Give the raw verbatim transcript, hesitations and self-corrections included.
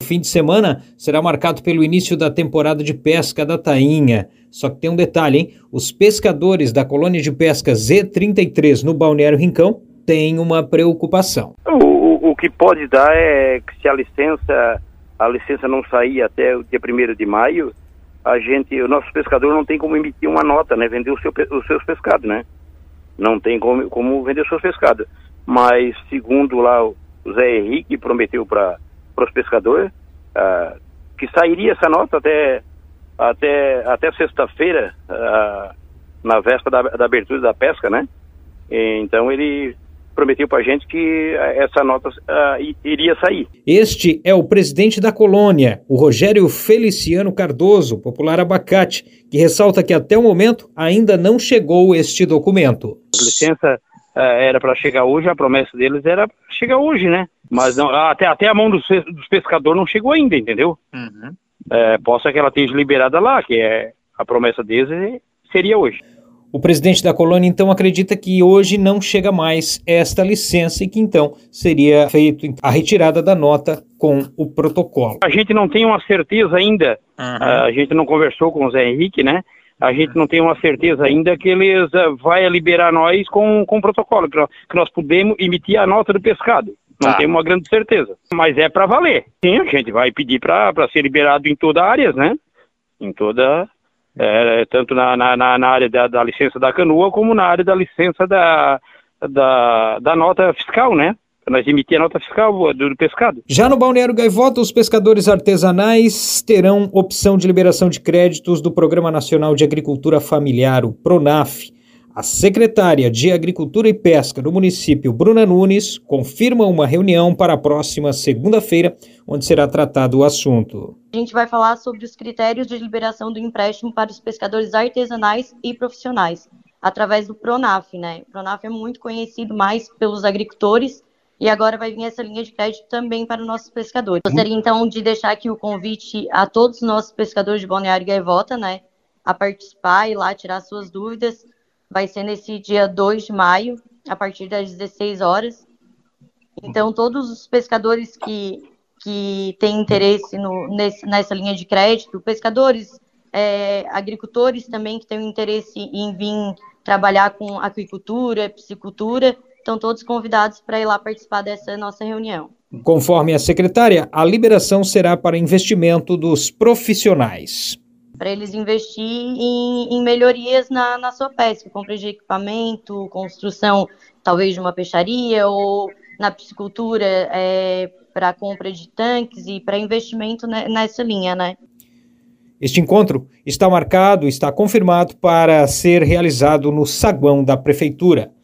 fim de semana será marcado pelo início da temporada de pesca da tainha. Só que tem um detalhe, hein? Os pescadores da colônia de pesca Z trinta e três no Balneário Rincão têm uma preocupação. O, o que pode dar é que se a licença, a licença não sair até o dia primeiro de maio, a gente, o nosso pescador não tem como emitir uma nota, né? Vender o seu, os seus pescados, né? Não tem como, como vender os seus pescados. Mas, segundo lá o Zé Henrique prometeu para os pescadores, uh, que sairia essa nota até, até, até sexta-feira, uh, na véspera da, da abertura da pesca, né? E, então ele prometeu para a gente que essa nota uh, iria sair. Este é o presidente da colônia, o Rogério Feliciano Cardoso, popular Abacate, que ressalta que até o momento ainda não chegou este documento. A licença uh, era para chegar hoje, a promessa deles era chegar hoje, né? Mas não, até, até a mão dos, dos pescadores não chegou ainda, entendeu? Uhum. É, possa que ela esteja liberada lá, que é a promessa deles seria hoje. O presidente da colônia, então, acredita que hoje não chega mais esta licença e que, então, seria feita a retirada da nota com o protocolo. A gente não tem uma certeza ainda, uhum. a gente não conversou com o Zé Henrique, né? A gente não tem uma certeza ainda que eles uh, vai liberar nós com, com o protocolo, que nós, que nós podemos emitir a nota do pescado. Não tá. Temos uma grande certeza, mas é para valer. Sim, a gente vai pedir para ser liberado em toda a área, né? Em toda... É, tanto na, na, na área da, da licença da canoa, como na área da licença da, da, da nota fiscal, né? Para nós emitir a nota fiscal do, do pescado. Já no Balneário Gaivota, os pescadores artesanais terão opção de liberação de créditos do Programa Nacional de Agricultura Familiar, o PRONAF. A secretária de Agricultura e Pesca do município, Bruna Nunes, confirma uma reunião para a próxima segunda-feira, onde será tratado o assunto. A gente vai falar sobre os critérios de liberação do empréstimo para os pescadores artesanais e profissionais, através do PRONAF, né? O PRONAF é muito conhecido mais pelos agricultores e agora vai vir essa linha de crédito também para os nossos pescadores. Gostaria, então, de deixar aqui o convite a todos os nossos pescadores de Balneário Gaivota, né, a participar e lá tirar suas dúvidas. Vai ser nesse dia dois de maio, a partir das dezesseis horas. Então, todos os pescadores que, que têm interesse no, nesse, nessa linha de crédito, pescadores, é, agricultores também que têm interesse em vir trabalhar com aquicultura, piscicultura, estão todos convidados para ir lá participar dessa nossa reunião. Conforme a secretária, a liberação será para investimento dos profissionais. Para eles investir em, em melhorias na, na sua pesca, compra de equipamento, construção talvez de uma peixaria ou na piscicultura é, para compra de tanques e para investimento nessa linha, né? Este encontro está marcado, está confirmado para ser realizado no saguão da Prefeitura.